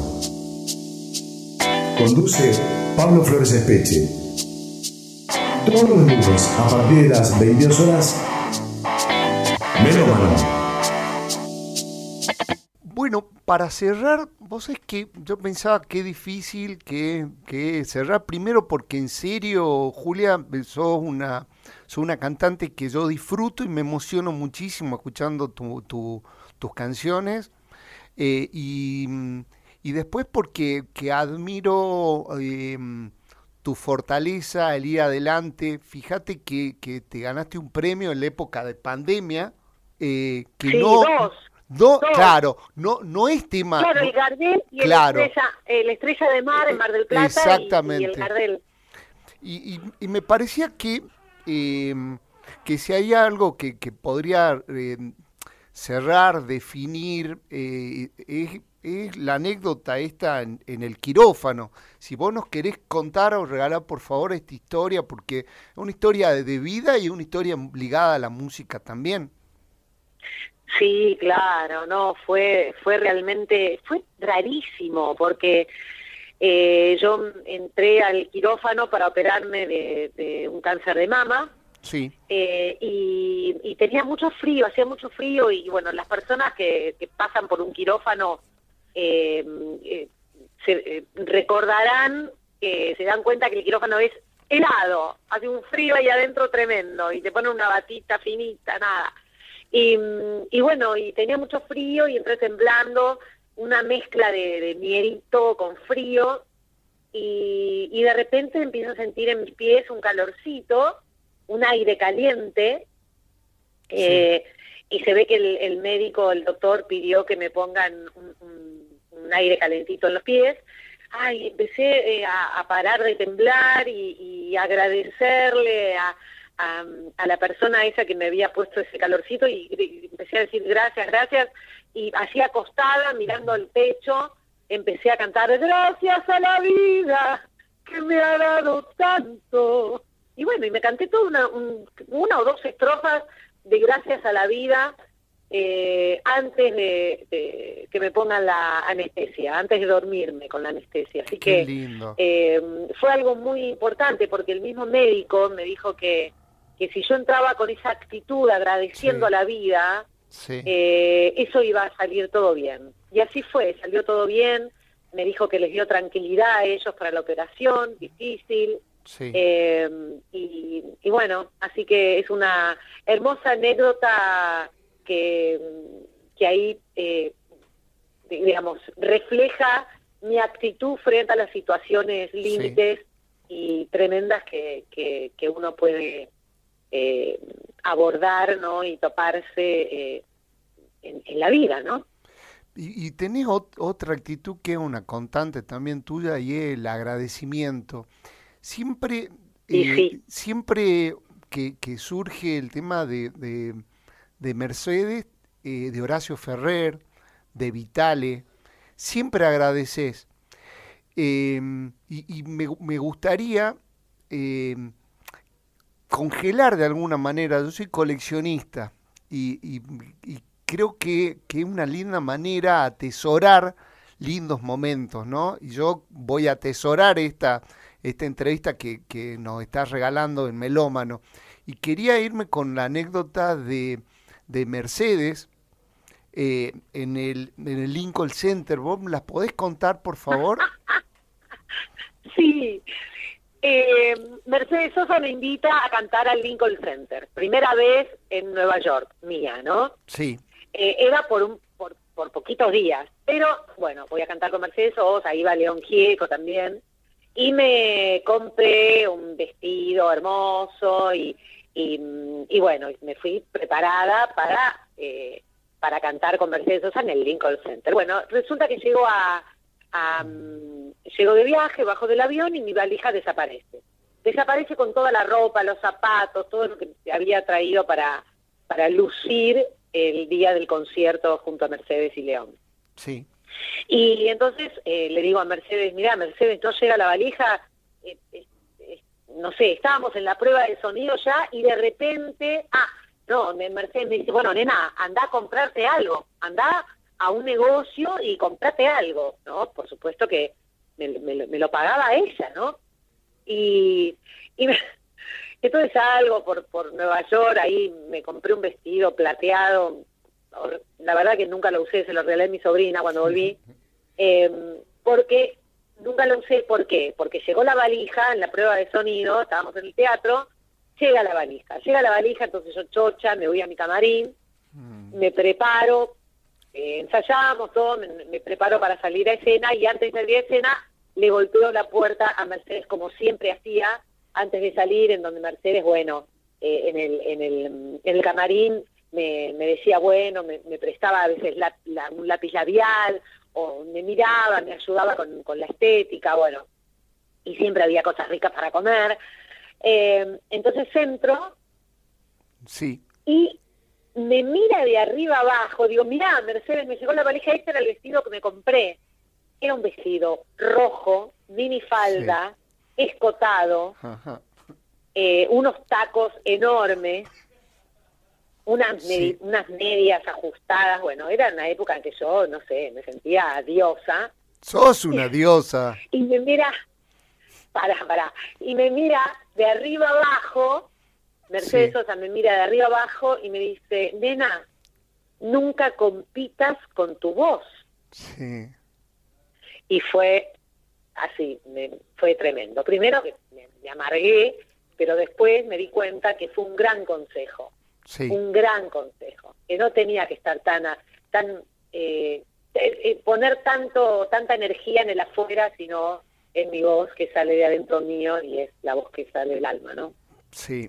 Conduce Pablo Flores Espeche. Todos los lunes a partir de las veintidós horas. Melómano. Bueno, para cerrar, vos sabés que yo pensaba qué difícil que, que cerrar, primero porque en serio, Julia, sos una, sos una cantante que yo disfruto y me emociono muchísimo escuchando tu, tu, tus canciones, eh, y, y después porque que admiro eh, tu fortaleza, el ir adelante. Fíjate que, que te ganaste un premio en la época de pandemia, eh, que Sí, no... dos. No, Dos. claro, no, no es tema. Claro, no- el Gardel y claro. el Estrella, el Estrella de Mar en Mar del Plata y- Exactamente. y, el Gardel. Y, y- y me parecía que, eh, que si hay algo que, que podría eh, cerrar, definir, eh, es, es la anécdota esta en, en el quirófano. Si vos nos querés contar o regalar, por favor, esta historia, porque es una historia de, de vida y una historia ligada a la música también. Sí, claro, no, fue, fue realmente, fue rarísimo, porque eh, yo entré al quirófano para operarme de, de un cáncer de mama, Sí, eh, y, y tenía mucho frío, hacía mucho frío, y bueno, las personas que, que pasan por un quirófano eh, eh, se eh, recordarán que se dan cuenta que el quirófano es helado, hace un frío ahí adentro tremendo, y te ponen una batita finita, nada. Y, y bueno, y tenía mucho frío y entré temblando, una mezcla de, de mierito con frío, y, y de repente empiezo a sentir en mis pies un calorcito, un aire caliente, eh, y se ve que el, el médico, el doctor, pidió que me pongan un, un, un aire calentito en los pies. Ay, empecé eh, a, a parar de temblar y, y agradecerle a... A, a la persona esa que me había puesto ese calorcito, y, y empecé a decir gracias, gracias, y así acostada, mirando al techo, empecé a cantar gracias a la vida que me ha dado tanto. Y bueno, y me canté toda una, un, una o dos estrofas de gracias a la vida eh, antes de, de que me pongan la anestesia, antes de dormirme con la anestesia. Así qué que lindo. eh, fue algo muy importante, porque el mismo médico me dijo que que si yo entraba con esa actitud agradeciendo Sí. a la vida, Sí, eh, eso iba a salir todo bien. Y así fue, salió todo bien. Me dijo que les dio tranquilidad a ellos para la operación, difícil. sí. Eh, y, y bueno, así que es una hermosa anécdota que, que ahí, eh, digamos, refleja mi actitud frente a las situaciones límites y tremendas que, que, que uno puede eh, abordar, ¿no? Y toparse eh, en, en la vida, ¿no? Y, y tenés ot- otra actitud que es una constante también tuya, y es el agradecimiento. Siempre, Y eh, sí. siempre que, que surge el tema de, de, de Mercedes, eh, de Horacio Ferrer, de Vitale, siempre agradeces. Eh, y y me, me gustaría eh, congelar de alguna manera, yo soy coleccionista, y, y, y creo que, que es una linda manera de atesorar lindos momentos, ¿no? Y yo voy a atesorar esta, esta entrevista que, que nos estás regalando en Melómano. Y quería irme con la anécdota de, de Mercedes eh, en, el, en el Lincoln Center. ¿Vos me las podés contar, por favor? Sí. Eh, Mercedes Sosa me invita a cantar al Lincoln Center. Primera vez en Nueva York, mía, ¿no? Sí. Eh, era por un por, por poquitos días. Pero, bueno, voy a cantar con Mercedes Sosa, ahí va León Gieco también. Y me compré un vestido hermoso y, y, y bueno, me fui preparada para, eh, para cantar con Mercedes Sosa en el Lincoln Center. Bueno, resulta que llego a... a um, llego de viaje, bajo del avión y mi valija desaparece. Desaparece con toda la ropa, los zapatos, todo lo que había traído para, para lucir el día del concierto junto a Mercedes y León. Sí. Y entonces eh, le digo a Mercedes, mira, Mercedes, no llega la valija, eh, eh, eh, no sé, estábamos en la prueba de sonido ya y de repente, ah, no, Mercedes me dice, bueno, nena, anda a comprarte algo, anda a un negocio y comprate algo, ¿no? Por supuesto que me, me, me lo pagaba ella, ¿no? Y, y me, entonces salgo por, por Nueva York, ahí me compré un vestido plateado, la verdad que nunca lo usé, se lo regalé a mi sobrina cuando volví, eh, porque nunca lo usé, ¿por qué? Porque llegó la valija en la prueba de sonido, estábamos en el teatro, llega la valija, llega la valija, entonces yo chocha, me voy a mi camarín, mm. me preparo, eh, ensayamos todo, me, me preparo para salir a escena y antes de salir a escena le golpeo la puerta a Mercedes como siempre hacía antes de salir, en donde Mercedes, bueno, eh, en, el, en, el, en el camarín me, me decía, bueno, me, me prestaba a veces la, la, un lápiz labial, o me miraba, me ayudaba con, con la estética, bueno, y siempre había cosas ricas para comer. Eh, entonces entro sí. y me mira de arriba abajo, digo, mirá, Mercedes, me llegó la valija, este era el vestido que me compré. Era un vestido rojo, minifalda, sí. escotado, eh, unos tacos enormes, unas, sí. medi- unas medias ajustadas. Bueno, era una época en que yo, no sé, me sentía diosa. Sos una diosa. Y me mira, pará, pará, y me mira de arriba abajo, Mercedes sí. Sosa me mira de arriba abajo y me dice, nena, nunca compitas con tu voz. Sí. Y fue así, me, fue tremendo. Primero que me, me amargué, pero después me di cuenta que fue un gran consejo. Sí. Un gran consejo. Que no tenía que estar tan, tan eh, eh, poner tanto tanta energía en el afuera, sino en mi voz que sale de adentro mío y es la voz que sale del alma, ¿no? Sí.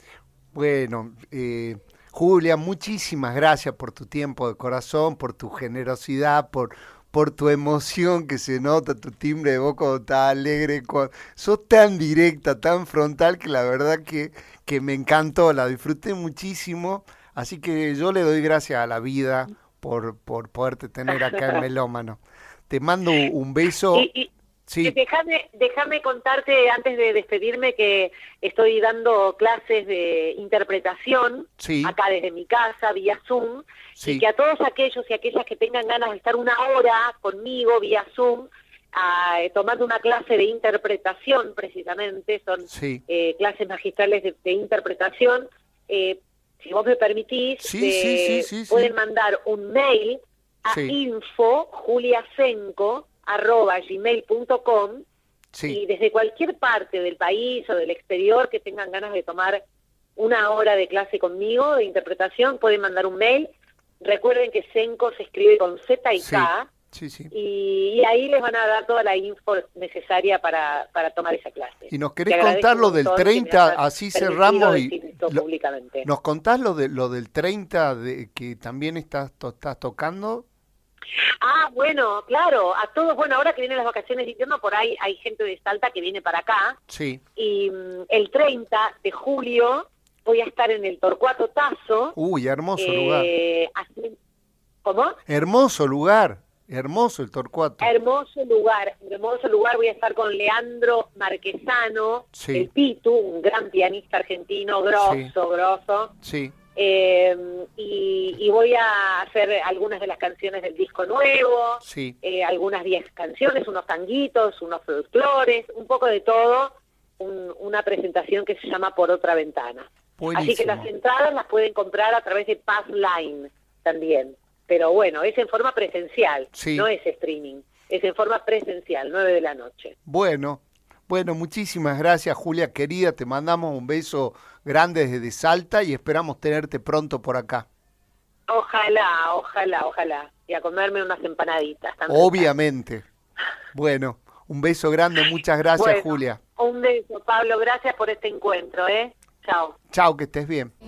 Bueno, eh, Julia, muchísimas gracias por tu tiempo de corazón, por tu generosidad, por... por tu emoción que se nota, tu timbre de voz cuando estás alegre, cuando... sos tan directa, tan frontal, que la verdad que, que me encantó, la disfruté muchísimo, así que yo le doy gracias a la vida por, por poderte tener acá en Melómano. Te mando un beso. Y, y, sí. Déjame, déjame contarte antes de despedirme que estoy dando clases de interpretación sí. acá desde mi casa, vía Zoom, sí. y que a todos aquellos y aquellas que tengan ganas de estar una hora conmigo vía Zoom, a, tomando una clase de interpretación precisamente, son sí. eh, clases magistrales de, de interpretación, eh, si vos me permitís, sí, eh, sí, sí, sí, pueden sí. mandar un mail a sí. info juliasenco arroba gmail punto com sí. y desde cualquier parte del país o del exterior que tengan ganas de tomar una hora de clase conmigo de interpretación, pueden mandar un mail. Recuerden que Senco se escribe con Z y sí. K Sí, sí. Y, y ahí les van a dar toda la info necesaria para, para tomar esa clase. Y nos querés contar lo del treinta, así cerramos y lo, públicamente. ¿Nos contás lo de lo del treinta de, que también estás, to, estás tocando? Ah, bueno, claro, a todos, bueno, ahora que vienen las vacaciones de invierno, por ahí hay gente de Salta que viene para acá. Sí. Y um, el treinta de julio voy a estar en el Torcuato Tazo. Uy, hermoso eh, lugar. Así, ¿cómo? Hermoso lugar, hermoso el Torcuato. Hermoso lugar, hermoso lugar, voy a estar con Leandro Marquesano, sí. el Pitu, un gran pianista argentino, grosso, sí. grosso. Sí. Eh, y, y voy a hacer algunas de las canciones del disco nuevo, sí. eh, algunas diez canciones, unos tanguitos, unos folclores, un poco de todo, un, una presentación que se llama Por Otra Ventana. Buenísimo. Así que las entradas las pueden comprar a través de Passline también, pero bueno, es en forma presencial, sí. no es streaming, es en forma presencial, nueve de la noche. Bueno, bueno, muchísimas gracias, Julia querida, te mandamos un beso grande desde Salta y esperamos tenerte pronto por acá. Ojalá, ojalá, ojalá, y a comerme unas empanaditas también. Obviamente. Bueno, un beso grande, muchas gracias, bueno, Julia. Un beso, Pablo, gracias por este encuentro, ¿eh? Chao. Chao, que estés bien.